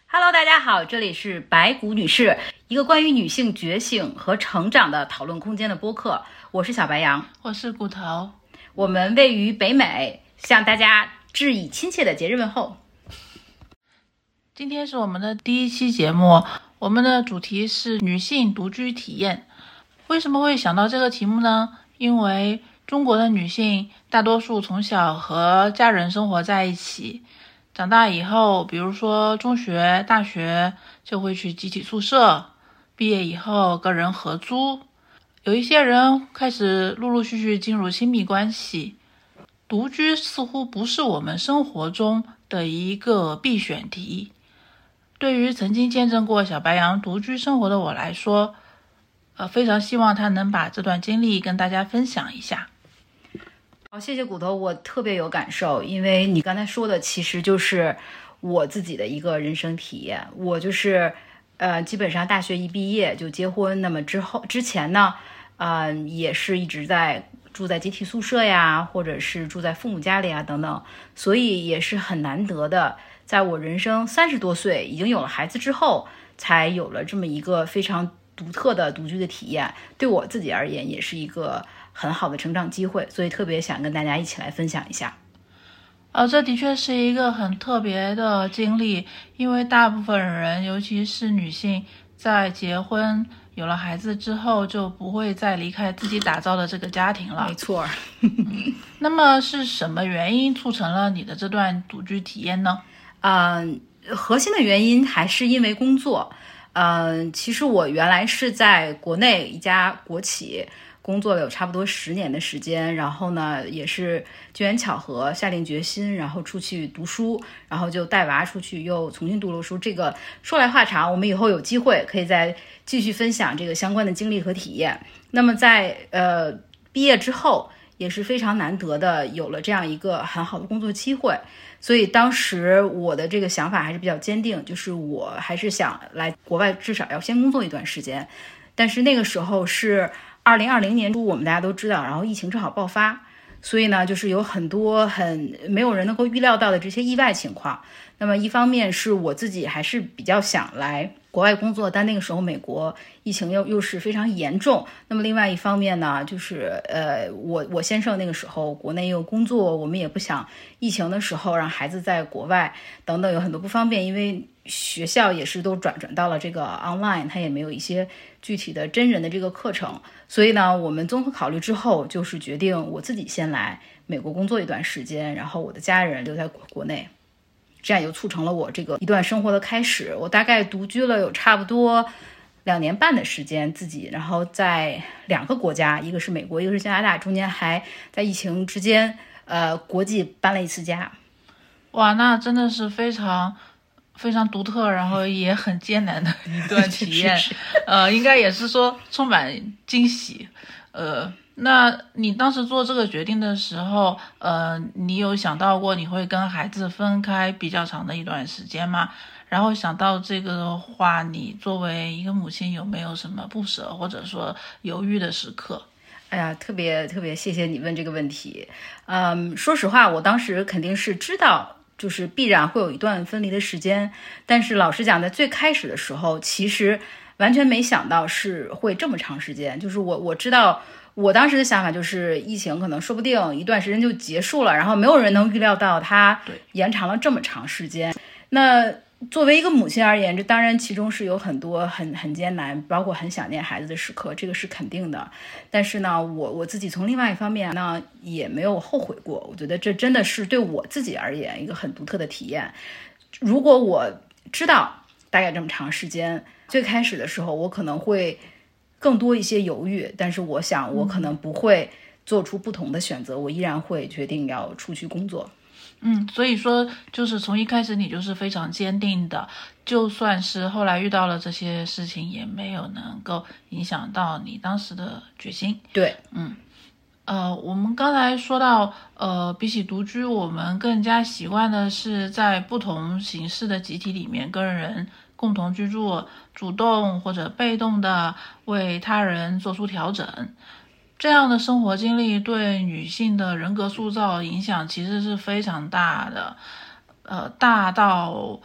Hello， 大家好，这里是白骨女士，一个关于女性觉醒和成长的讨论空间的播客。我是小白杨， 我是骨头。 我们位于北美，向大家致以亲切的节日问候。 今天是我们的第一期节目，我们的主题是女性独居体验。为什么会想到这个题目呢？因为中国的女性大多数从小和家人生活在一起，长大以后，比如说中学、大学就会去集体宿舍，毕业以后个人合租，有一些人开始陆陆续续进入亲密关系。独居似乎不是我们生活中的一个必选题。对于曾经见证过小白杨独居生活的我来说，非常希望他能把这段经历跟大家分享一下。 好，谢谢骨头，我特别有感受，因为你刚才说的其实就是我自己的一个人生体验。我就是基本上大学一毕业就结婚，那么之前呢，也是一直住在集体宿舍呀，或者是住在父母家里啊等等，所以也是很难得的，在我人生30多岁已经有了孩子之后，才有了这么一个非常独特的独居的体验。对我自己而言，也是一个很好的成长机会，所以特别想跟大家一起来分享一下。 这的确是一个很特别的经历，因为大部分人，尤其是女性，在结婚有了孩子之后，就不会再离开自己打造的这个家庭了。 没错。 那么是什么原因促成了你的这段独居体验呢？ 核心的原因还是因为工作。其实我原来是在国内一家国企工作了有差不多10年的时间，然后呢也是机缘巧合下定决心，然后出去读书，然后就带娃出去又重新读了书。这个说来话长，我们以后有机会可以再继续分享这个相关的经历和体验。那么在毕业之后也是非常难得的有了这样一个很好的工作机会，所以当时我的这个想法还是比较坚定，就是我还是想来国外至少要先工作一段时间。但是那个时候是2020年初，我们大家都知道，然后疫情正好爆发，所以呢就是有很多没有人能够预料到的这些意外情况。那么一方面是我自己还是比较想来国外工作，但那个时候美国疫情又是非常严重。那么另外一方面呢，就是我先生那个时候国内又工作，我们也不想疫情的时候让孩子在国外等等有很多不方便，因为学校也是都转到了这个 online， 它也没有一些具体的真人的这个课程。所以呢我们综合考虑之后，就是决定我自己先来美国工作一段时间，然后我的家人留在国内，这样就促成了我这个一段生活的开始。我大概独居了有差不多2年半的时间自己，然后在2个国家，一个是美国，一个是加拿大，中间还在疫情之间国际搬了一次家。 哇，那真的是非常非常独特，然后也很艰难的一段体验。应该也是说充满惊喜。那你当时做这个决定的时候，你有想到过你会跟孩子分开比较长的一段时间吗？然后想到这个的话，你作为一个母亲有没有什么不舍或者说犹豫的时刻？ 哎呀，特别谢谢你问这个问题。说实话，我当时肯定是知道就是必然会有一段分离的时间，但是老实讲，在最开始的时候其实完全没想到是会这么长时间。就是我知道我当时的想法就是疫情可能说不定一段时间就结束了，然后没有人能预料到它延长了这么长时间。那作为一个母亲而言，这当然其中是有很多很艰难，包括很想念孩子的时刻，这个是肯定的。但是呢我自己从另外一方面呢也没有后悔过，我觉得这真的是对我自己而言一个很独特的体验。如果我知道大概这么长时间，最开始的时候我可能会更多一些犹豫，但是我想我可能不会做出不同的选择，我依然会决定要出去工作。 所以说就是从一开始你就是非常坚定的，就算是后来遇到了这些事情也没有能够影响到你当时的决心。 对。 我们刚才说到比起独居，我们更加习惯的是在不同形式的集体里面跟人共同居住，主动或者被动的为他人做出调整。这样的生活经历对女性的人格塑造影响其实是非常大的，大到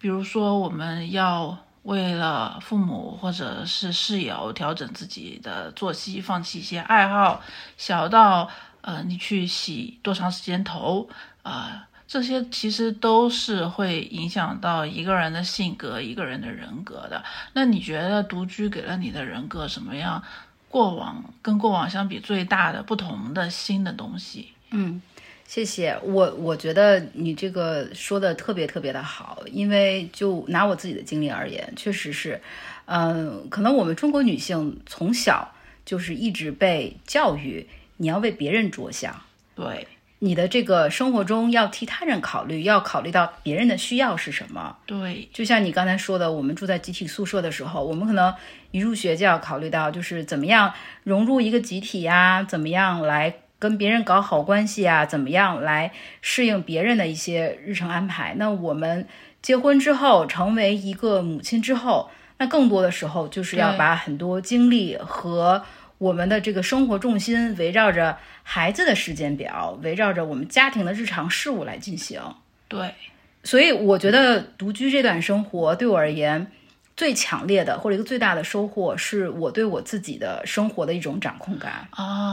比如说我们要为了父母或者是室友调整自己的作息，放弃一些爱好，小到你去洗多长时间头这些其实都是会影响到一个人的性格、一个人的人格的。那你觉得独居给了你的人格什么样跟过往相比最大的不同的新的东西？ 谢谢。我觉得你这个说的特别特别的好，因为就拿我自己的经历而言，确实是，可能我们中国女性从小就是一直被教育，你要为别人着想， 对， 你的这个生活中要替他人考虑，要考虑到别人的需要是什么。 对， 就像你刚才说的，我们住在集体宿舍的时候，我们可能一入学就要考虑到，就是怎么样融入一个集体呀，怎么样来跟别人搞好关系啊，怎么样来适应别人的一些日程安排。那我们结婚之后，成为一个母亲之后，那更多的时候就是要把很多精力和我们的这个生活重心围绕着孩子的时间表，围绕着我们家庭的日常事务来进行。 对， 所以我觉得独居这段生活对我而言最强烈的或者一个最大的收获，是我对我自己的生活的一种掌控感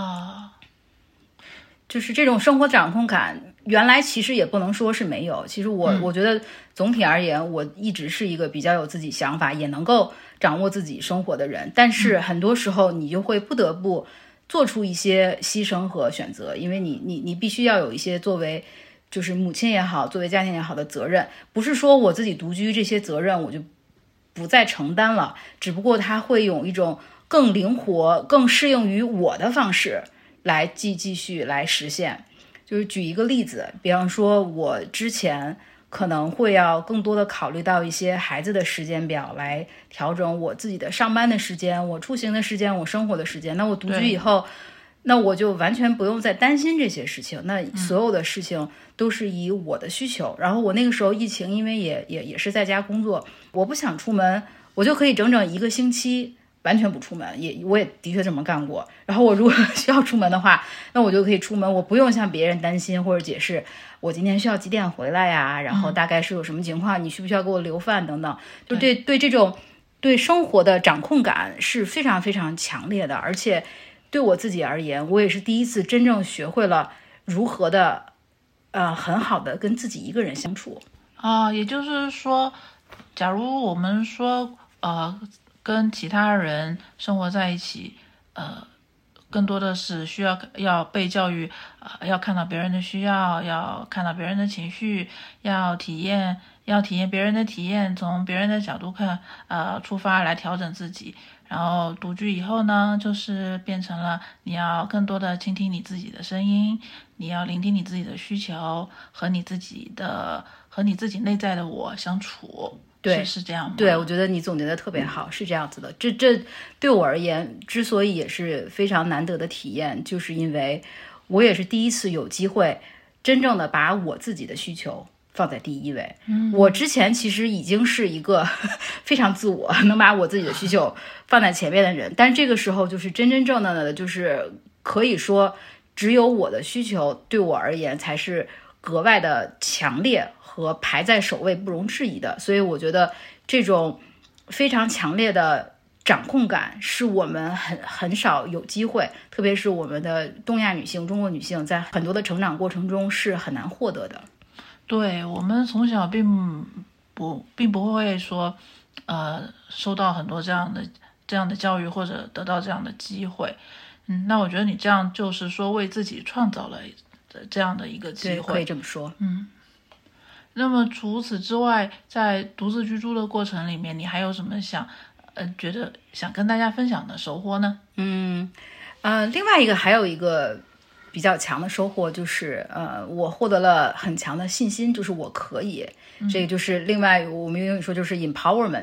就是这种生活掌控感，原来其实也不能说是没有。其实我觉得总体而言，我一直是一个比较有自己想法，也能够掌握自己生活的人。但是很多时候，你就会不得不做出一些牺牲和选择，因为你必须要有一些作为就是母亲也好，作为家庭也好的责任。不是说我自己独居这些责任我就不再承担了，只不过它会用一种更灵活、更适应于我的方式来继续来实现。就是举一个例子，比方说我之前可能会要更多的考虑到一些孩子的时间表，来调整我自己的上班的时间、我出行的时间、我生活的时间。那我独居以后，那我就完全不用再担心这些事情，那所有的事情都是以我的需求。然后我那个时候疫情，因为也是在家工作，我不想出门，我就可以整整1个星期完全不出门，我也的确这么干过。然后我如果需要出门的话，那我就可以出门，我不用向别人担心或者解释我今天需要几点回来呀，然后大概是有什么情况，你需不需要给我留饭等等。就对这种对生活的掌控感是非常非常强烈的。而且对我自己而言，我也是第一次真正学会了如何的很好的跟自己一个人相处也就是说，假如我们说跟其他人生活在一起，更多的是要被教育，要看到别人的需要，要看到别人的情绪，要体验别人的体验，从别人的角度出发来调整自己。然后独居以后呢，就是变成了你要更多的倾听你自己的声音，你要聆听你自己的需求，和你自己内在的我相处。 对， 是这样吗？ 对，我觉得你总结的特别好，是这样子的。这对我而言，之所以也是非常难得的体验，就是因为我也是第一次有机会真正的把我自己的需求放在第一位。我之前其实已经是一个非常自我，能把我自己的需求放在前面的人，但这个时候就是真正的，就是可以说只有我的需求对我而言才是格外的强烈和排在首位不容置疑的。所以我觉得这种非常强烈的掌控感是我们很少有机会，特别是我们的东亚女性、中国女性在很多的成长过程中是很难获得的。 对，我们从小并不会说收到很多这样的教育，或者得到这样的机会。那我觉得你这样就是说为自己创造了这样的一个机会。 对，可以这么说。 那么除此之外，在独自居住的过程里面，你还有什么觉得想跟大家分享的收获呢？ 另外一个还有一个比较强的收获就是我获得了很强的信心，就是我可以。这个就是另外我们英语说就是 empowerment。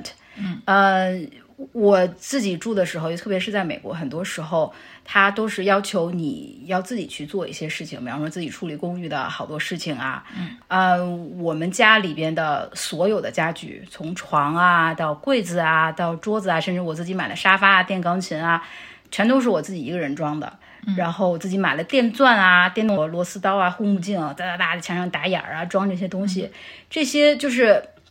我自己住的时候，特别是在美国，很多时候他都是要求你要自己去做一些事情，比方说自己处理公寓的好多事情啊。我们家里边的所有的家具，从床啊到柜子啊到桌子啊，甚至我自己买的沙发啊、电钢琴啊，全都是我自己一个人装的。然后我自己买了电钻啊、电动螺丝刀啊、护目镜，哒哒哒的墙上打眼啊，装这些东西。这些就是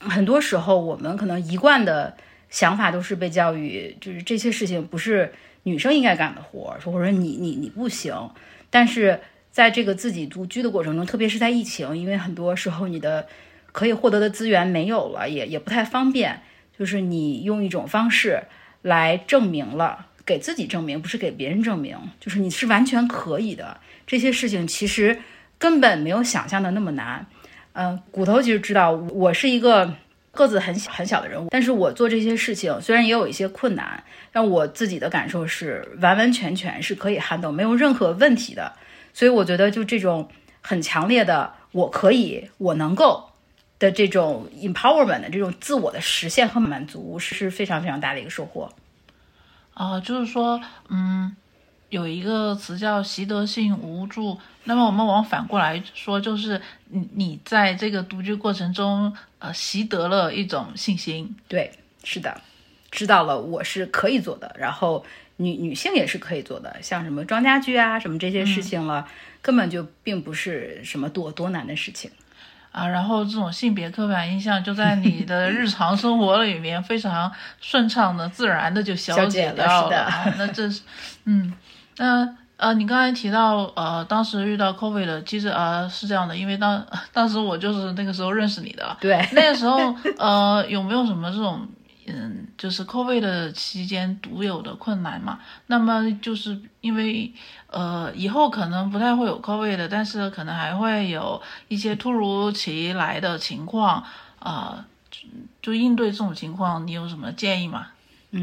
很多时候我们可能一贯的想法都是被教育，就是这些事情不是女生应该干的活，或者你不行。但是在这个自己独居的过程中，特别是在疫情，因为很多时候你的可以获得的资源没有了，也不太方便，就是你用一种方式来证明了，给自己证明，不是给别人证明，就是你是完全可以的。这些事情其实根本没有想象的那么难。骨头其实知道我是一个个子很小的人物，但是我做这些事情虽然也有一些困难，但我自己的感受是完完全全是可以handle，没有任何问题的。所以我觉得就这种很强烈的我可以我能够的这种 empowerment 的这种自我的实现和满足是非常非常大的一个收获。 就是说有一个词叫习得性无助，那么我们往反过来说，就是你在这个独居过程中习得了一种信心。 对，是的，知道了我是可以做的，然后女性也是可以做的，像什么装家具啊什么这些事情了，根本就并不是什么多难的事情然后这种性别刻板印象就在你的日常生活里面非常顺畅的自然的就消解掉了。那这是你刚才提到当时遇到 COVID 其实是这样的，因为当时我就是那个时候认识你的。 对， 那个时候有没有什么这种就是 COVID 期间独有的困难嘛？那么就是因为以后可能不太会有 COVID 但是可能还会有一些突如其来的情况就应对这种情况，你有什么建议吗？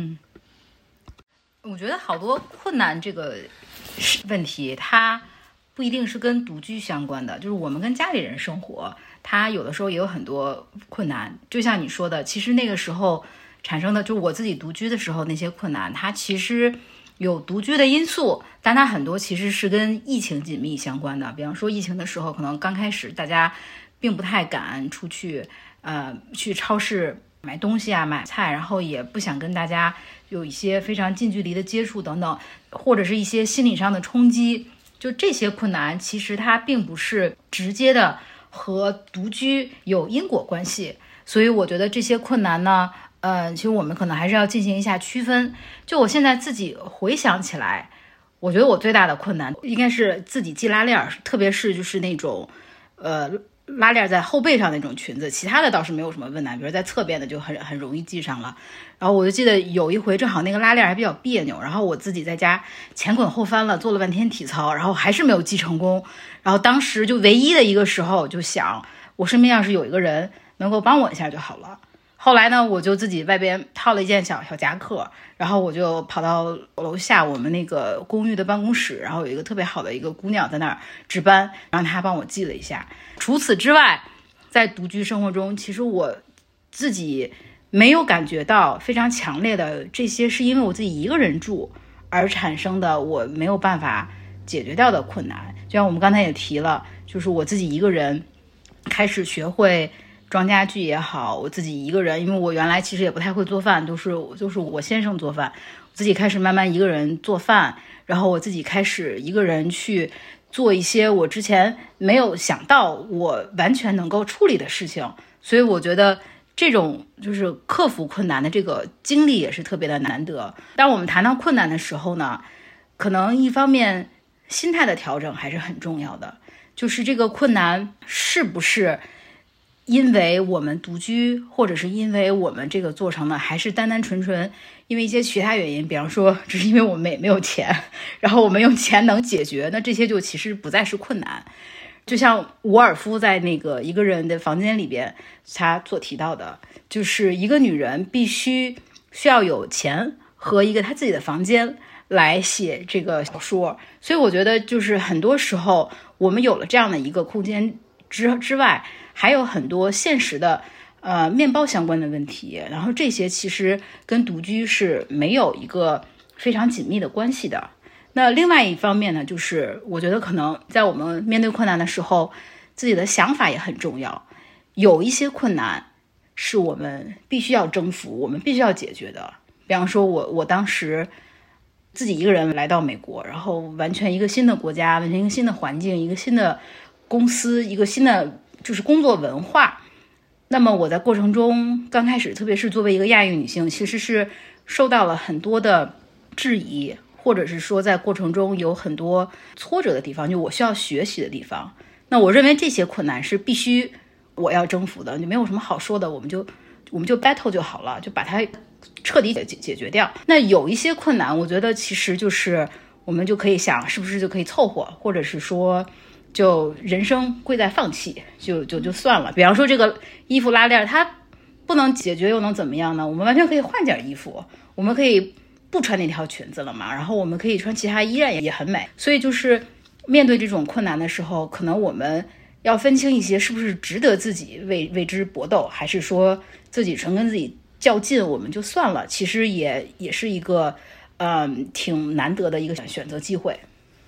我觉得好多困难这个问题，它不一定是跟独居相关的，就是我们跟家里人生活，它有的时候也有很多困难。就像你说的，其实那个时候产生的，就我自己独居的时候那些困难，它其实有独居的因素，但它很多其实是跟疫情紧密相关的。比方说疫情的时候，可能刚开始大家并不太敢出去去超市买东西啊买菜，然后也不想跟大家有一些非常近距离的接触等等，或者是一些心理上的冲击，就这些困难其实它并不是直接的和独居有因果关系。所以我觉得这些困难呢其实我们可能还是要进行一下区分。就我现在自己回想起来，我觉得我最大的困难应该是自己系拉链，特别是就是那种拉链在后背上那种裙子，其他的倒是没有什么问题，比如在侧边的就很容易系上了。然后我就记得有一回正好那个拉链还比较别扭，然后我自己在家前滚后翻了，做了半天体操，然后还是没有系成功。然后当时就唯一的一个时候就想，我身边要是有一个人能够帮我一下就好了。后来呢，我就自己外边套了一件小夹克，然后我就跑到楼下我们那个公寓的办公室，然后有一个特别好的一个姑娘在那儿值班，让她帮我系了一下。除此之外，在独居生活中，其实我自己没有感觉到非常强烈的这些是因为我自己一个人住而产生的我没有办法解决掉的困难。就像我们刚才也提了，就是我自己一个人开始学会装家具也好，我自己一个人，因为我原来其实也不太会做饭，都是我先生做饭，我自己开始慢慢一个人做饭，然后我自己开始一个人去做一些我之前没有想到我完全能够处理的事情。所以我觉得这种就是克服困难的这个经历也是特别的难得。当我们谈到困难的时候呢，可能一方面心态的调整还是很重要的，就是这个困难是不是因为我们独居，或者是因为我们这个做成的，还是单单纯因为一些其他原因，比方说只是因为我们没有钱，然后我们用钱能解决，那这些就其实不再是困难。就像伍尔夫在那个一个人的房间里边他所提到的，就是一个女人需要有钱和一个她自己的房间来写这个小说。所以我觉得就是很多时候我们有了这样的一个空间之外，还有很多现实的面包相关的问题，然后这些其实跟独居是没有一个非常紧密的关系的。那另外一方面呢，就是我觉得可能在我们面对困难的时候，自己的想法也很重要。有一些困难是我们必须要征服，我们必须要解决的。比方说我当时自己一个人来到美国，然后完全一个新的国家，完全一个新的环境，一个新的公司，一个新的就是工作文化。 那么我在过程中刚开始，特别是作为一个亚裔女性，其实是受到了很多的质疑，或者是说在过程中有很多挫折的地方，就我需要学习的地方。那我认为这些困难是必须我要征服的，就没有什么好说的，我们就 battle 就好了，就把它彻底解决掉。那有一些困难，我觉得其实就是我们就可以想，是不是就可以凑合，或者是说就人生贵在放弃，就算了。比方说这个衣服拉链，它不能解决又能怎么样呢？我们完全可以换件衣服，我们可以不穿那条裙子了嘛，然后我们可以穿其他，依然也很美。所以就是面对这种困难的时候，可能我们要分清一些，是不是值得自己为之搏斗，还是说自己纯跟自己较劲，我们就算了。其实也是一个挺难得的一个选择机会。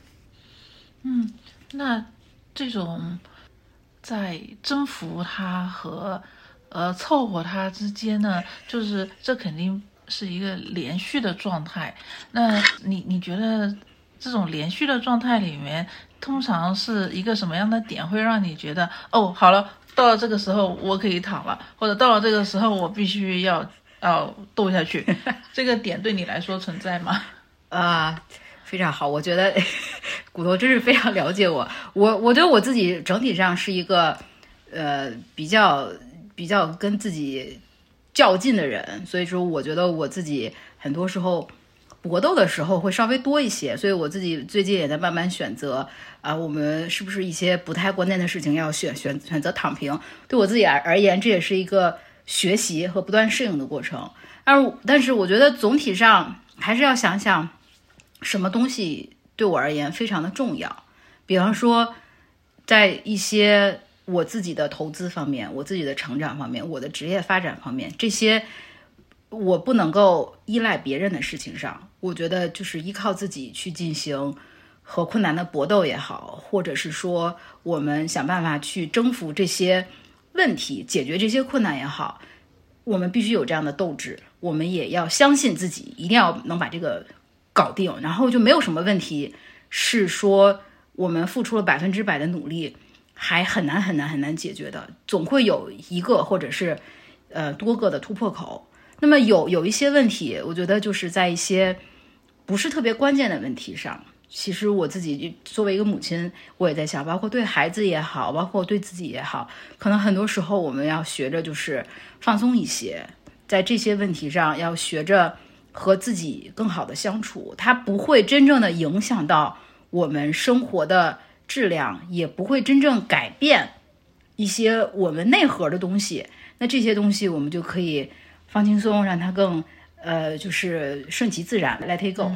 那这种在征服它和凑合它之间呢，就是这肯定是一个连续的状态。那你觉得这种连续的状态里面，通常是一个什么样的点会让你觉得哦，好了，到了这个时候我可以躺了，或者到了这个时候我必须要斗下去？这个点对你来说存在吗？ 非常好，我觉得骨头真是非常了解我。我觉得我自己整体上是一个比较跟自己较劲的人，所以说我觉得我自己很多时候搏斗的时候会稍微多一些，所以我自己最近也在慢慢选择我们是不是一些不太关键的事情要选择躺平。对我自己而言，这也是一个学习和不断适应的过程。但是我觉得总体上还是要想想什么东西对我而言非常的重要。比方说在一些我自己的投资方面，我自己的成长方面，我的职业发展方面，这些我不能够依赖别人的事情上，我觉得就是依靠自己去进行和困难的搏斗也好，或者是说我们想办法去征服这些问题，解决这些困难也好，我们必须有这样的斗志，我们也要相信自己一定要能把这个搞定，然后就没有什么问题是说我们付出了100%的努力还很难解决的，总会有一个或者是多个的突破口。那么有一些问题，我觉得就是在一些不是特别关键的问题上，其实我自己作为一个母亲，我也在想，包括对孩子也好，包括对自己也好，可能很多时候我们要学着就是放松一些，在这些问题上要学着和自己更好的相处，它不会真正的影响到我们生活的质量，也不会真正改变一些我们内核的东西。那这些东西我们就可以放轻松，让它更就是顺其自然 let it go。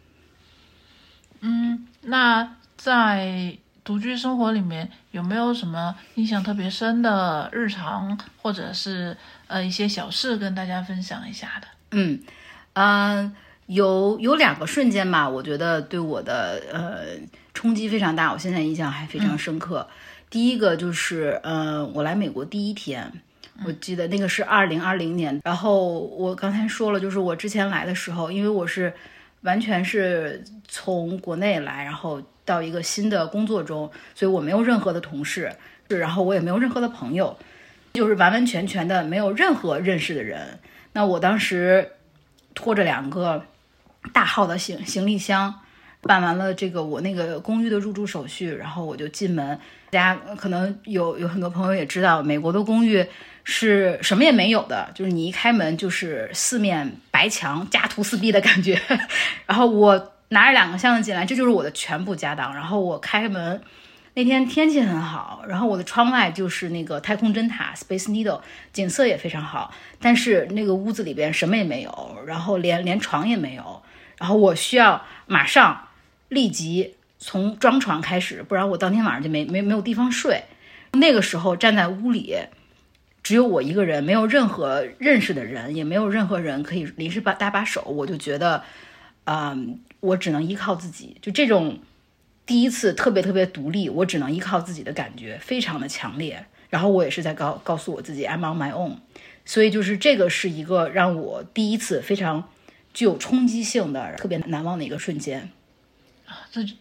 那在独居生活里面有没有什么印象特别深的日常，或者是一些小事跟大家分享一下的？ 有2个瞬间吧，我觉得对我的冲击非常大，我现在印象还非常深刻。第一个就是我来美国第一天，我记得那个是2020年，然后我刚才说了，就是我之前来的时候，因为我是完全是从国内来，然后到一个新的工作中，所以我没有任何的同事，然后我也没有任何的朋友，就是完完全全的没有任何认识的人。那我当时拖着2个大号的行李箱，办完了这个我那个公寓的入住手续，然后我就进门。大家可能有很多朋友也知道，美国的公寓是什么也没有的，就是你一开门就是4面白墙家徒四壁的感觉。然后我拿着2个箱子进来，这就是我的全部家当。然后我开门，那天天气很好，然后我的窗外就是那个太空针塔 Space Needle， 景色也非常好，但是那个屋子里边什么也没有，然后连床也没有，然后我需要马上立即从装床开始，不然我当天晚上就没有地方睡。那个时候站在屋里，只有我一个人，没有任何认识的人，也没有任何人可以临时搭把手，我就觉得我只能依靠自己。就这种第一次特别独立，我只能依靠自己的感觉非常的强烈。然后我也是在告诉我自己 I'm on my own。 所以就是这个是一个让我第一次非常具有冲击性的特别难忘的一个瞬间。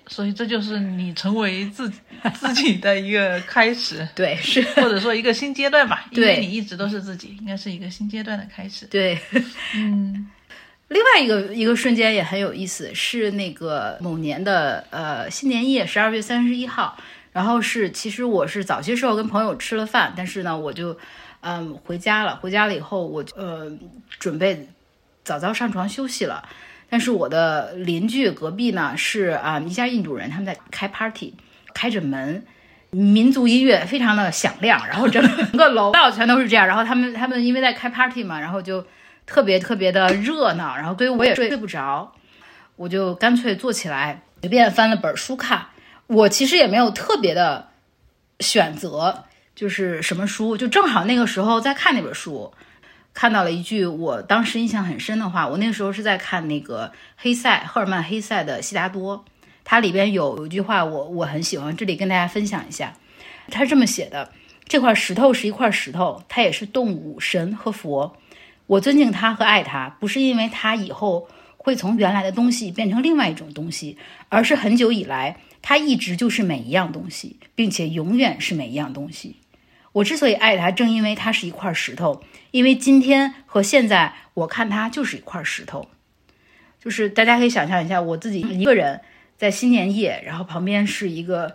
所以这就是你成为自己的一个开始。 对，是或者说一个新阶段吧，因对为你一直都是自己，应该是一个新阶段的开始。 对。另外一个瞬间也很有意思，是那个某年的新年夜，12月31号，然后其实我是早些时候跟朋友吃了饭，但是呢我就回家了以后我准备早上床休息了，但是我的邻居隔壁呢是一家印度人，他们在开 party， 开着门，民族音乐非常的响亮，然后整个楼道全都是这样，然后他们因为在开 party 嘛，然后就特别的热闹，然后对于我也睡不着，我就干脆坐起来随便翻了本书看。我其实也没有特别的选择就是什么书，就正好那个时候在看那本书，看到了一句我当时印象很深的话。我那个时候是在看那个赫尔曼黑塞的《悉达多》，它里边有一句话我很喜欢，这里跟大家分享一下。他是这么写的：这块石头是一块石头，它也是动物、神和佛。我尊敬它和爱它，不是因为它以后会从原来的东西变成另外一种东西，而是很久以来它一直就是每一样东西，并且永远是每一样东西。我之所以爱它，正因为它是一块石头，因为今天和现在我看它就是一块石头。就是大家可以想象一下，我自己一个人在新年夜，然后旁边是一个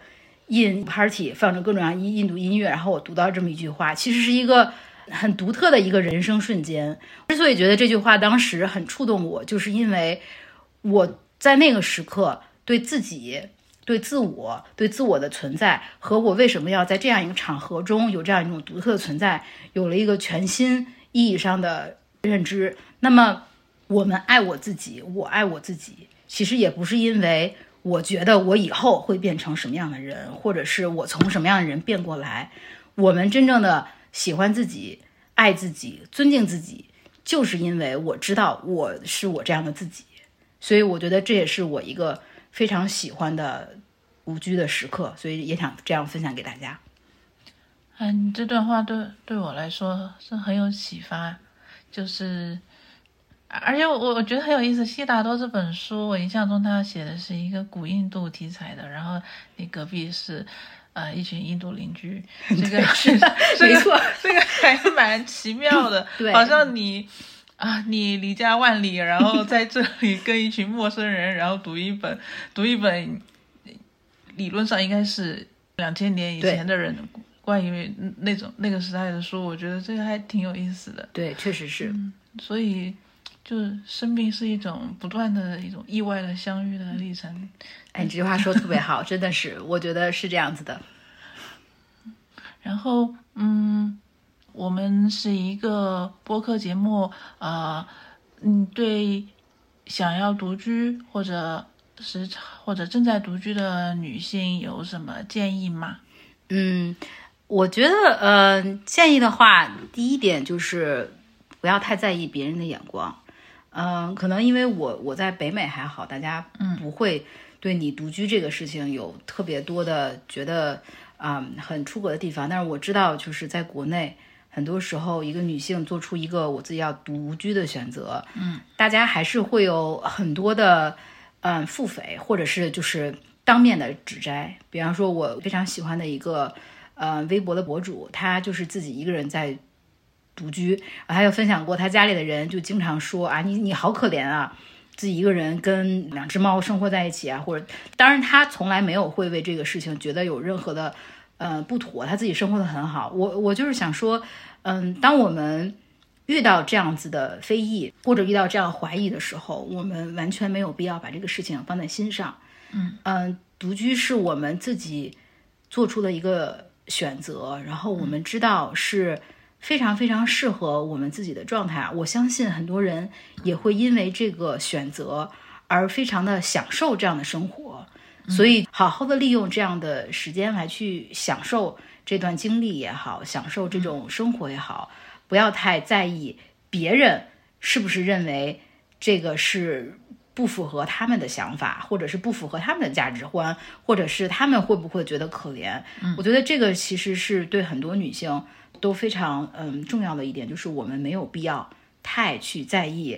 party， 放着各种各样印度音乐，然后我读到这么一句话，其实是一个很独特的一个人生瞬间。之所以觉得这句话当时很触动我，就是因为我在那个时刻对自己、对自我的存在，和我为什么要在这样一个场合中有这样一种独特的存在，有了一个全新意义上的认知。那么我们爱我自己，我爱我自己，其实也不是因为我觉得我以后会变成什么样的人，或者是我从什么样的人变过来。我们真正的喜欢自己、爱自己、尊敬自己，就是因为我知道我是我这样的自己。所以我觉得这也是我一个非常喜欢的独居的时刻，所以也想这样分享给大家。 你这段话对我来说是很有启发，就是而且我觉得很有意思。悉达多这本书，我印象中他写的是一个古印度题材的，然后你隔壁是一群印度邻居，这个是没错， 这个还蛮奇妙的。 对， 好像你离家万里，然后在这里跟一群陌生人，然后读一本理论上应该是2000年以前的人关于那个时代的书，我觉得这个还挺有意思的。 对，确实是。 所以就是生命是一种不断的一种意外的相遇的历程。 你这句话说得特别好，真的是，我觉得是这样子的。 然后我们是一个播客节目，对想要独居或者正在独居的女性有什么建议吗？ 我觉得建议的话，第一点就是不要太在意别人的眼光。可能因为我在北美还好，大家不会对你独居这个事情有特别多的觉得很出格的地方。但是我知道就是在国内很多时候一个女性做出一个我自己要独居的选择，大家还是会有很多的腹诽，或者是就是当面的指摘。比方说我非常喜欢的一个微博的博主，他就是自己一个人在独居，还有分享过他家里的人就经常说你好可怜啊，自己一个人跟2只猫生活在一起啊，或者当然他从来没有会为这个事情觉得有任何的不妥，他自己生活的很好。我就是想说当我们遇到这样子的非议或者遇到这样怀疑的时候，我们完全没有必要把这个事情放在心上。独居是我们自己做出的一个选择，然后我们知道是非常非常适合我们自己的状态。我相信很多人也会因为这个选择而非常的享受这样的生活，所以好好的利用这样的时间来去享受这段经历也好，享受这种生活也好，不要太在意别人是不是认为这个是不符合他们的想法，或者是不符合他们的价值观，或者是他们会不会觉得可怜。我觉得这个其实是对很多女性都非常重要的一点，就是我们没有必要太去在意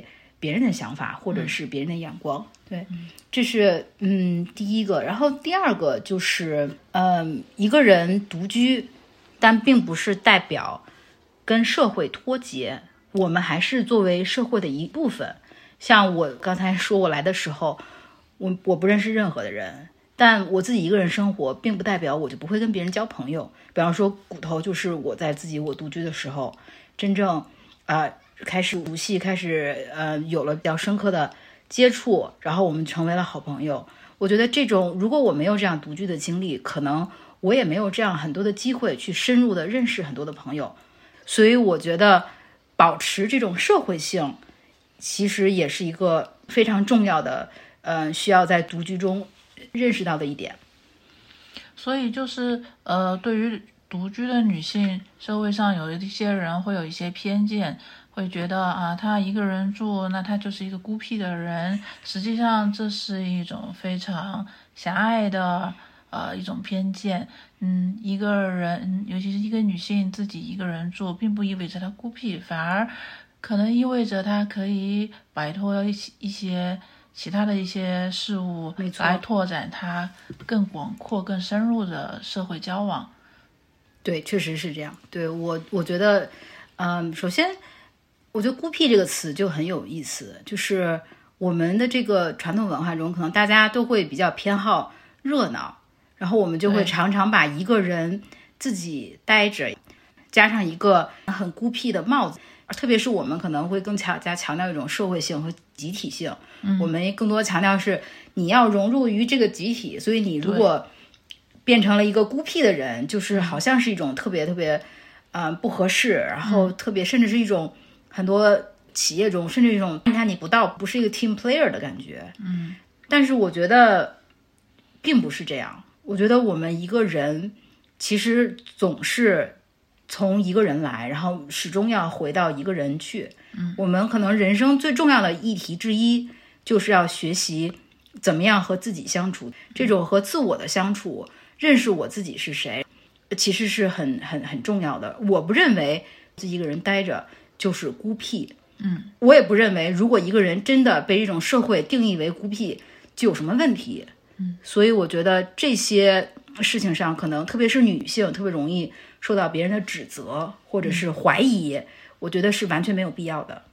别人的想法或者是别人的眼光。对，这是第一个。然后第二个就是一个人独居，但并不是代表跟社会脱节，我们还是作为社会的一部分。像我刚才说，我来的时候，我不认识任何的人，但我自己一个人生活，并不代表我就不会跟别人交朋友。比方说骨头，就是我在我独居的时候，真正开始熟悉，开始有了比较深刻的接触，然后我们成为了好朋友。我觉得这种，如果我没有这样独居的经历，可能我也没有这样很多的机会去深入的认识很多的朋友。所以我觉得保持这种社会性，其实也是一个非常重要的需要在独居中认识到的一点。 所以就是对于独居的女性，社会上有一些人会有一些偏见，会觉得她一个人住，那她就是一个孤僻的人。实际上这是一种非常狭隘的一种偏见。一个人，尤其是一个女性自己一个人住，并不意味着她孤僻，反而可能意味着她可以摆脱一些其他的一些事物，来拓展她更广阔、更深入的社会交往。 对，确实是这样。对，我觉得，首先，我觉得孤僻这个词就很有意思，就是我们的这个传统文化中，可能大家都会比较偏好热闹，然后我们就会常常把一个人自己待着，加上一个很孤僻的帽子。特别是我们可能会更强调一种社会性和集体性，我们更多强调是你要融入于这个集体，所以你如果变成了一个孤僻的人，就是好像是一种特别特别不合适，然后特别甚至是一种很多企业中甚至一种看他你不是一个 team player 的感觉。但是我觉得并不是这样，我觉得我们一个人其实总是从一个人来，然后始终要回到一个人去。我们可能人生最重要的议题之一，就是要学习怎么样和自己相处，这种和自我的相处，认识我自己是谁，其实是很重要的。我不认为自己一个人待着就是孤僻，我也不认为如果一个人真的被这种社会定义为孤僻就有什么问题。所以我觉得这些事情上，可能特别是女性特别容易受到别人的指责或者是怀疑，我觉得是完全没有必要的。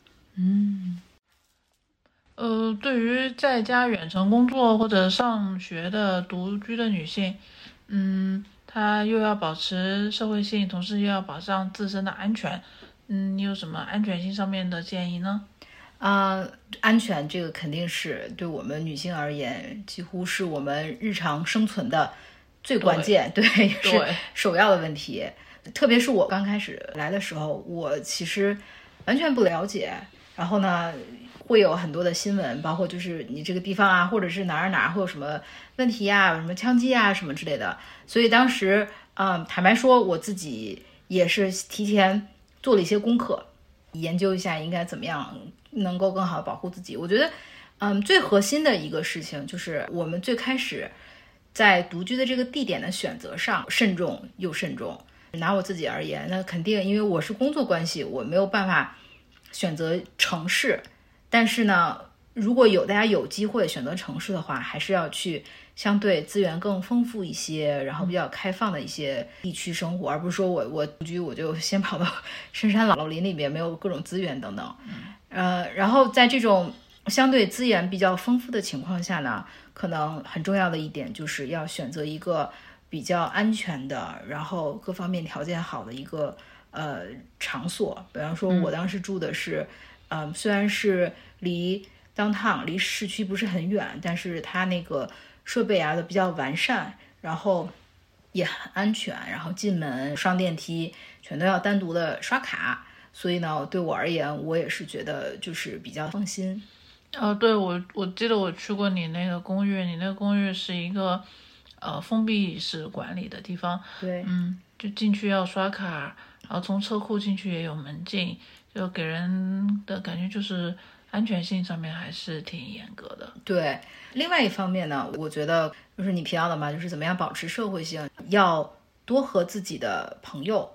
对于在家远程工作或者上学的独居的女性，她又要保持社会性，同时又要保障自身的安全，你有什么安全性上面的建议呢？ 安全这个肯定是对我们女性而言，几乎是我们日常生存的最关键，对，是首要的问题。特别是我刚开始来的时候，我其实完全不了解，然后呢，会有很多的新闻，包括就是你这个地方啊，或者是哪儿会有什么问题啊，有什么枪击啊什么之类的。所以当时，坦白说，我自己也是提前做了一些功课，研究一下应该怎么样能够更好的保护自己。我觉得，最核心的一个事情就是我们最开始在独居的这个地点的选择上慎重又慎重。拿我自己而言，那肯定因为我是工作关系，我没有办法选择城市，但是呢，如果大家有机会选择城市的话，还是要去相对资源更丰富一些，然后比较开放的一些地区生活，而不是说我独居我就先跑到深山老林里面，没有各种资源等等。然后在这种相对资源比较丰富的情况下呢，可能很重要的一点就是要选择一个比较安全的，然后各方面条件好的一个场所。比方说我当时住的是虽然是离 downtown 离市区不是很远，但是它那个设备啊都比较完善，然后也很安全，然后进门上电梯全都要单独的刷卡，所以呢对我而言，我也是觉得就是比较放心。 对，我记得我去过你那个公寓，你那个公寓是一个封闭式管理的地方。 对， 就进去要刷卡，然后从车库进去也有门禁，就给人的感觉就是安全性上面还是挺严格的。 对，另外一方面呢，我觉得就是你提到的嘛，就是怎么样保持社会性，要多和自己的朋友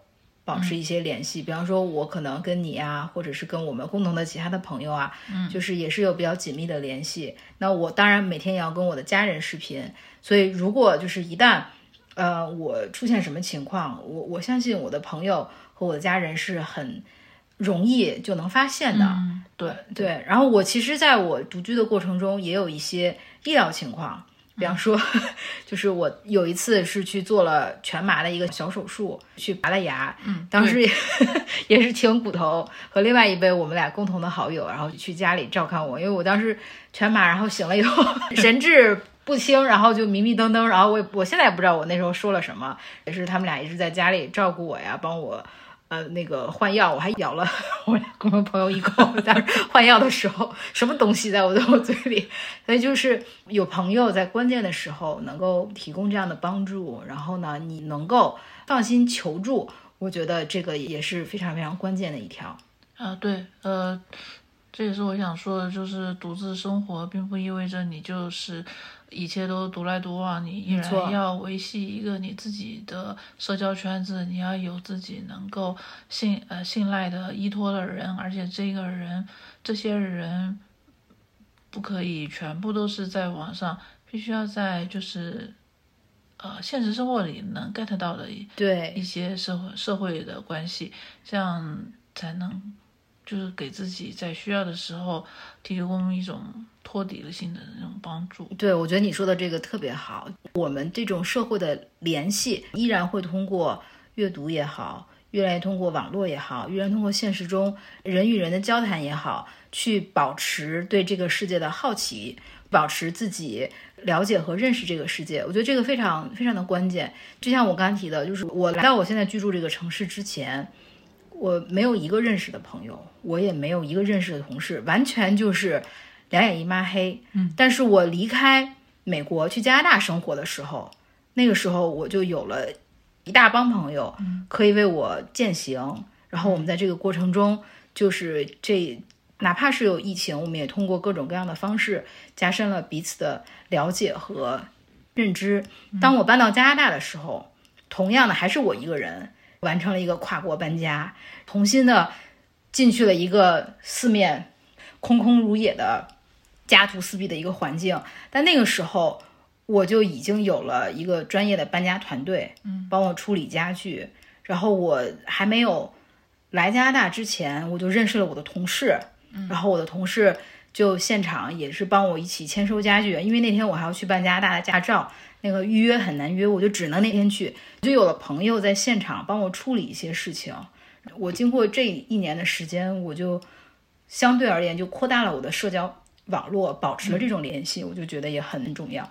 保持一些联系，比方说我可能跟你啊，或者是跟我们共同的其他的朋友啊，就是也是有比较紧密的联系。那我当然每天也要跟我的家人视频，所以如果就是一旦我出现什么情况，我相信我的朋友和我的家人是很容易就能发现的。对。然后我其实在我独居的过程中也有一些医疗情况，比方说就是我有一次是去做了全麻的一个小手术，去拔了牙，当时也是请骨头和另外一位我们俩共同的好友，然后去家里照看我，因为我当时全麻，然后醒了以后神志不清，然后就迷迷瞪瞪，然后我现在也不知道我那时候说了什么，也是他们俩一直在家里照顾我呀，帮我那个换药，我还咬了我共同朋友一口，但是换药的时候什么东西在我嘴里，所以就是有朋友在关键的时候能够提供这样的帮助，然后呢你能够放心求助，我觉得这个也是非常非常关键的一条。 对，这也是我想说的，就是独自生活并不意味着你就是一切都独来独往，你依然要维系一个你自己的社交圈子，你要有自己能够信赖的依托的人，而且这些人不可以全部都是在网上，必须要在就是现实生活里能 get 到的一些社会的关系，这样才能就是给自己在需要的时候提供一种托底性的那种帮助。 对，我觉得你说的这个特别好。我们这种社会的联系依然会通过阅读也好，依然通过网络也好，依然通过现实中人与人的交谈也好，去保持对这个世界的好奇，保持自己了解和认识这个世界。我觉得这个非常非常的关键。就像我刚刚提的，就是我来到我现在居住这个城市之前，我没有一个认识的朋友，我也没有一个认识的同事，完全就是两眼一抹黑。但是我离开美国去加拿大生活的时候，那个时候我就有了一大帮朋友可以为我践行，然后我们在这个过程中就是哪怕是有疫情，我们也通过各种各样的方式加深了彼此的了解和认知。当我搬到加拿大的时候，同样的还是我一个人完成了一个跨国搬家，重新的进去了一个四面空空如也的家徒四壁的一个环境。但那个时候我就已经有了一个专业的搬家团队，帮我处理家具。然后我还没有来加拿大之前，我就认识了我的同事，然后我的同事就现场也是帮我一起签收家具，因为那天我还要去办加拿大的驾照，那个预约很难约，我就只能那天去，就有了朋友在现场帮我处理一些事情。我经过这1年的时间，我就相对而言就扩大了我的社交网络，保持了这种联系，我就觉得也很重要。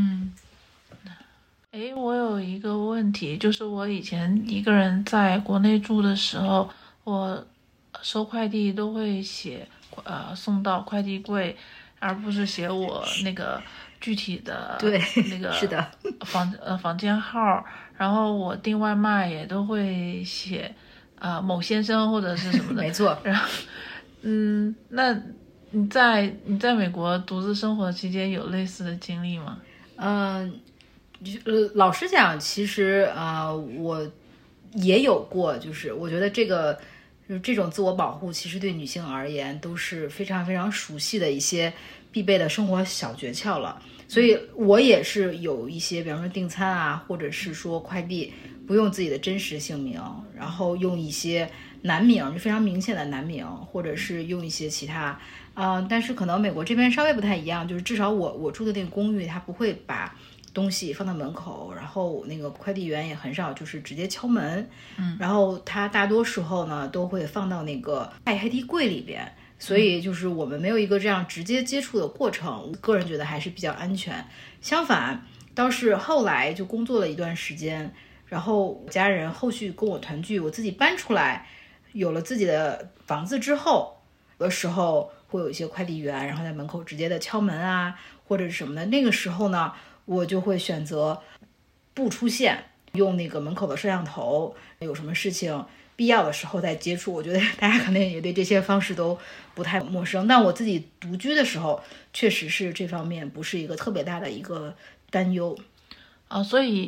我有一个问题，就是我以前一个人在国内住的时候，我收快递都会写送到快递柜，而不是写我那个具体的对那个是的房间号，然后我订外卖也都会写某先生或者是什么的。 没错。 然后那你在美国独自生活期间有类似的经历吗？ 老实讲，其实我也有过，就是我觉得这种自我保护，其实对女性而言都是非常非常熟悉的一些必备的生活小诀窍了。所以我也是有一些，比方说订餐啊，或者是说快递，不用自己的真实姓名，然后用一些男名，就非常明显的男名，或者是用一些其他但是可能美国这边稍微不太一样，就是至少我住的那个公寓，它不会把东西放到门口，然后那个快递员也很少就是直接敲门，然后他大多时候呢都会放到那个快递柜里边，所以就是我们没有一个这样直接接触的过程，我个人觉得还是比较安全。相反，倒是后来就工作了一段时间，然后家人后续跟我团聚，我自己搬出来，有了自己的房子之后，有的时候会有一些快递员，然后在门口直接的敲门啊，或者是什么的。那个时候呢，我就会选择不出现，用那个门口的摄像头，有什么事情必要的时候再接触。我觉得大家可能也对这些方式都不太陌生，但我自己独居的时候，确实是这方面不是一个特别大的一个担忧。 所以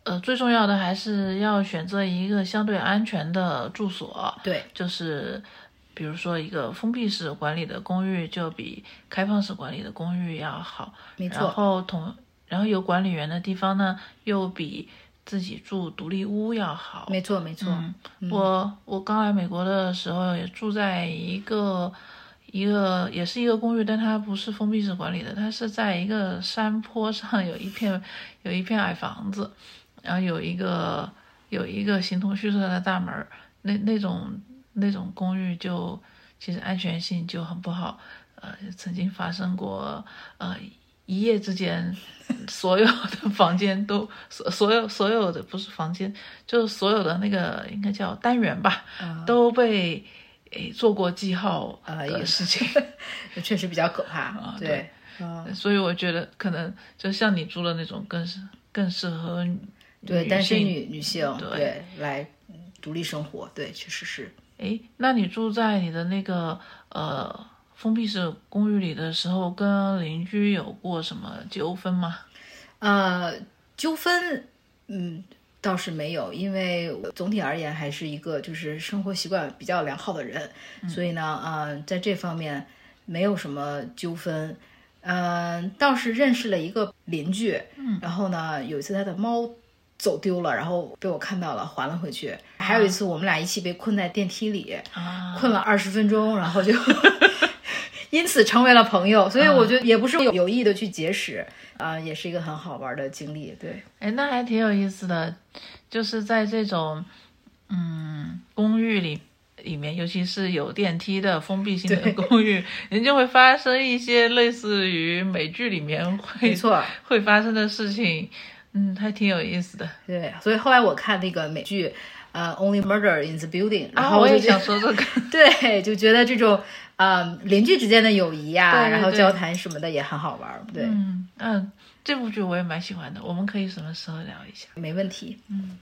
最重要的还是要选择一个相对安全的住所。 对， 就是比如说一个封闭式管理的公寓就比开放式管理的公寓要好， 没错。 然后有管理员的地方呢，又比自己住独立屋要好。 没错没错。 我刚来美国的时候也住在一个也是一个公寓，但它不是封闭式管理的，它是在一个山坡上有一片矮房子，然后有一个形同虚设的大门，那种公寓就其实安全性就很不好。曾经发生过一夜之间所有的房间都所有的不是房间，就是所有的那个应该叫单元吧，都被做过记号的事情。 确实比较可怕。对。 所以我觉得可能就像你住的那种更适合对单身女性对来独立生活。对，确实是。 那你住在你的那个封闭式公寓里的时候，跟邻居有过什么纠纷吗？ 纠纷倒是没有，因为总体而言还是一个就是生活习惯比较良好的人，所以呢在这方面没有什么纠纷。倒是认识了一个邻居，然后呢有一次他的猫走丢了，然后被我看到了，还了回去。还有一次我们俩一起被困在电梯里，困了20分钟，然后就因此成为了朋友。所以我觉得也不是有意的去结识，也是一个很好玩的经历。对， 那还挺有意思的，就是在这种公寓里面，尤其是有电梯的封闭性的公寓，人就会发生一些类似于美剧里面会发生的事情。还挺有意思的。 对，所以后来我看那个美剧Only Murder in the Building， 然后我也想说这个。 对，就觉得这种邻居之间的友谊啊，然后交谈什么的也很好玩。对， 这部剧我也蛮喜欢的，我们可以什么时候聊一下？ 没问题。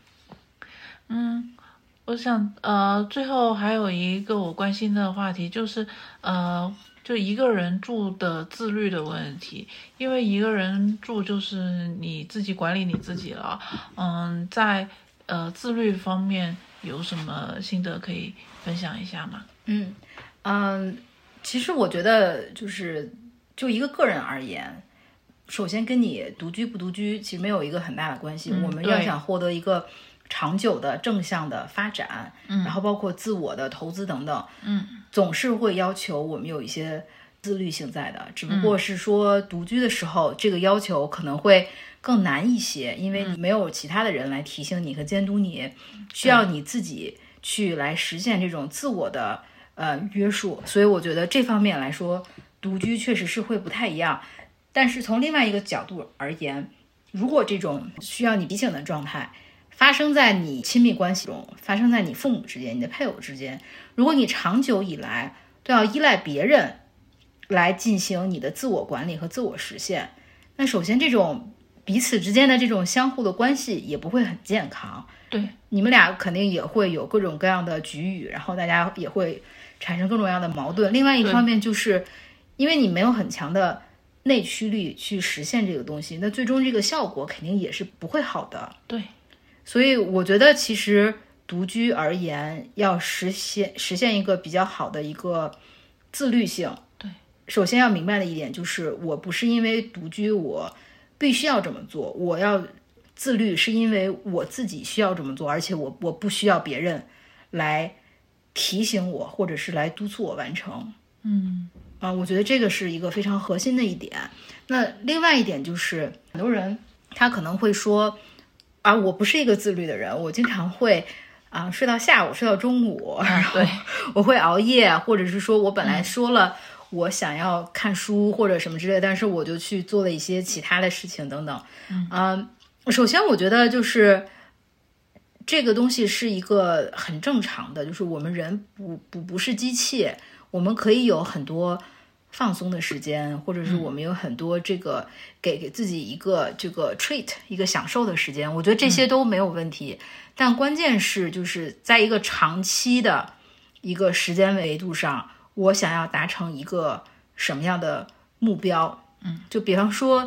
我想最后还有一个我关心的话题就是就一个人住的自律的问题。因为一个人住就是你自己管理你自己了。在自律方面有什么心得可以分享一下吗？ 其实我觉得就一个个人而言，首先跟你独居不独居其实没有一个很大的关系。我们要想获得一个长久的正向的发展，然后包括自我的投资等等，总是会要求我们有一些自律性在的。只不过是说独居的时候，这个要求可能会更难一些，因为你没有其他的人来提醒你和监督你，需要你自己去来实现这种自我的约束。所以我觉得这方面来说，独居确实是会不太一样。但是从另外一个角度而言，如果这种需要你提醒的状态发生在你亲密关系中，发生在你父母之间，你的配偶之间，如果你长久以来都要依赖别人来进行你的自我管理和自我实现，那首先这种彼此之间的这种相互的关系也不会很健康。 对， 你们俩肯定也会有各种各样的局域，然后大家也会产生各种各样的矛盾。另外一方面就是因为你没有很强的内驱力去实现这个东西，那最终这个效果肯定也是不会好的。 对， 所以我觉得其实独居而言，要实现一个比较好的一个自律性。 对， 首先要明白的一点就是，我不是因为独居我必须要这么做，我要自律是因为我自己需要这么做，而且我不需要别人来提醒我或者是来督促我完成。我觉得这个是一个非常核心的一点。那另外一点就是很多人他可能会说我不是一个自律的人，我经常会睡到下午，睡到中午，然后我会熬夜，或者是说我本来说了我想要看书或者什么之类的，但是我就去做了一些其他的事情等等。首先我觉得就是这个东西是一个很正常的，就是我们人不是机器，我们可以有很多放松的时间，或者是我们有很多这个给自己一个这个 treat 一个享受的时间，我觉得这些都没有问题。但关键是就是在一个长期的一个时间维度上，我想要达成一个什么样的目标。就比方说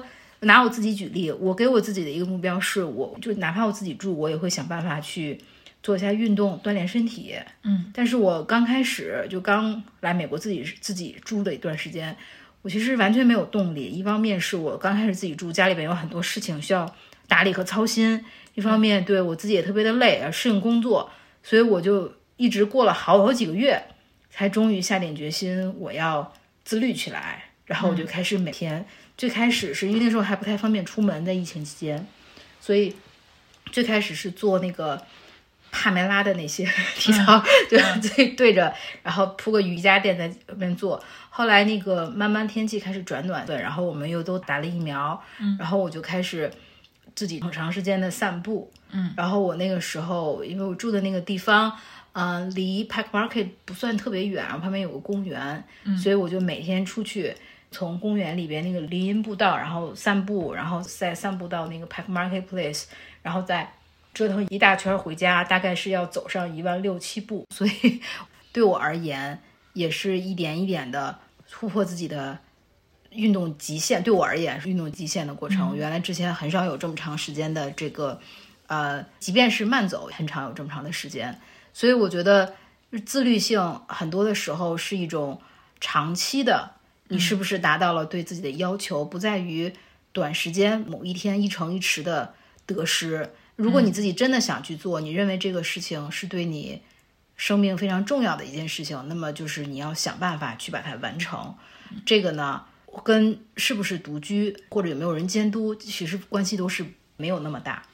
拿我自己举例，我给我自己的一个目标是，我就哪怕我自己住，我也会想办法去做一下运动，锻炼身体。但是我刚开始就刚来美国自己住的一段时间，我其实完全没有动力。一方面是我刚开始自己住，家里边有很多事情需要打理和操心，一方面对我自己也特别的累，适应工作，所以我就一直过了好几个月，才终于下定决心我要自律起来。然后我就开始每天，最开始是因为那时候还不太方便出门，在疫情期间，所以最开始是做那个帕梅拉的那些体操，就对着，然后铺个瑜伽垫在那边做。后来那个慢慢天气开始转暖，然后我们又都打了疫苗，然后我就开始自己很长时间的散步。然后我那个时候因为我住的那个地方离 Pike Market 不算特别远，旁边有个公园，所以我就每天出去从公园里边那个林荫步道，然后散步，然后再散步到那个 Pike Marketplace， 然后再折腾一大圈回家，大概是要走上16000-17000步，所以对我而言也是一点一点的突破自己的运动极限，对我而言是运动极限的过程。原来之前很少有这么长时间的这个即便是慢走很长有这么长的时间，所以我觉得自律性很多的时候是一种长期的，你是不是达到了对自己的要求，不在于短时间某一天一城一池的得失。如果你自己真的想去做，你认为这个事情是对你生命非常重要的一件事情，那么就是你要想办法去把它完成。这个呢跟是不是独居或者有没有人监督其实关系都是没有那么大。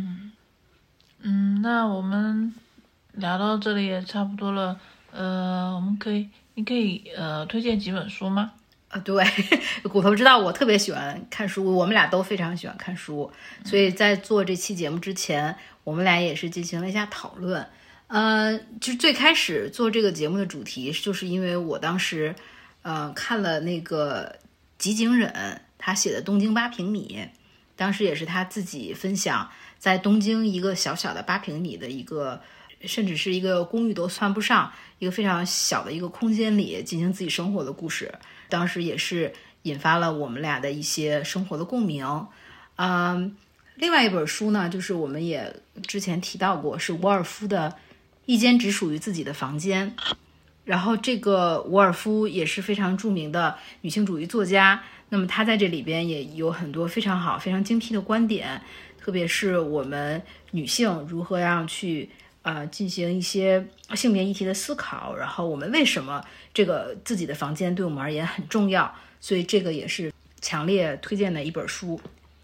那我们聊到这里也差不多了，你可以推荐几本书吗？ 对，骨头知道我特别喜欢看书，我们俩都非常喜欢看书，所以在做这期节目之前，我们俩也是进行了一下讨论。就最开始做这个节目的主题，就是因为我当时看了那个吉井忍他写的《东京8平米》，当时也是他自己分享在东京一个小小的8平米的一个，甚至是一个公寓都算不上，一个非常小的一个空间里进行自己生活的故事。当时也是引发了我们俩的一些生活的共鸣。另外一本书呢，就是我们也之前提到过，是伍尔夫的《一间只属于自己的房间》。然后这个伍尔夫也是非常著名的女性主义作家，那么她在这里边也有很多非常好非常精辟的观点，特别是我们女性如何让去进行一些性别议题的思考，然后我们为什么这个自己的房间对我们而言很重要，所以这个也是强烈推荐的一本书。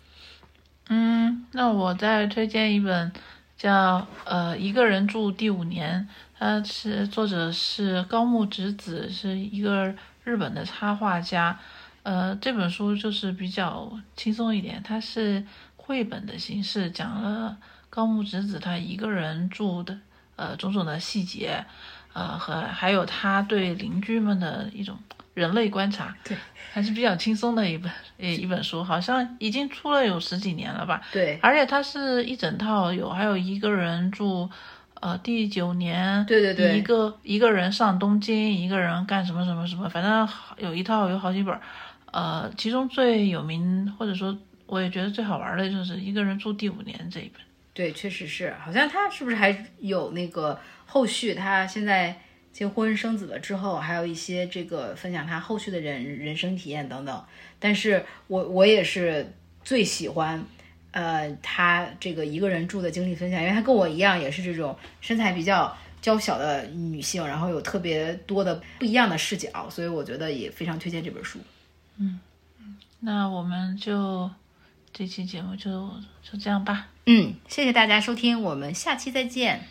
那我再推荐一本叫一个人住第5年，它是作者是高木直子，是一个日本的插画家。这本书就是比较轻松一点，它是绘本的形式，讲了高木直子他一个人住的种种的细节，还有他对邻居们的一种人类观察。 对， 还是比较轻松的一本书，好像已经出了有10几年了吧。 对， 而且它是一整套，还有一个人住第9年， 对， 一个人上东京，一个人干什么什么什么，反正有一套有好几本。其中最有名或者说我也觉得最好玩的就是一个人住第5年这一本。 对，确实是，好像他是不是还有那个后续，他现在结婚生子了之后，还有一些这个分享他后续的人生体验等等。但是我也是最喜欢他这个一个人住的经历分享，因为他跟我一样也是这种身材比较娇小的女性，然后有特别多的不一样的视角，所以我觉得也非常推荐这本书。 那我们就这期节目就这样吧。 谢谢大家收听，我们下期再见。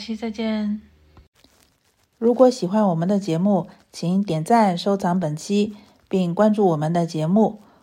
如果喜欢我们的节目，请点赞收藏本期，并关注我们的节目。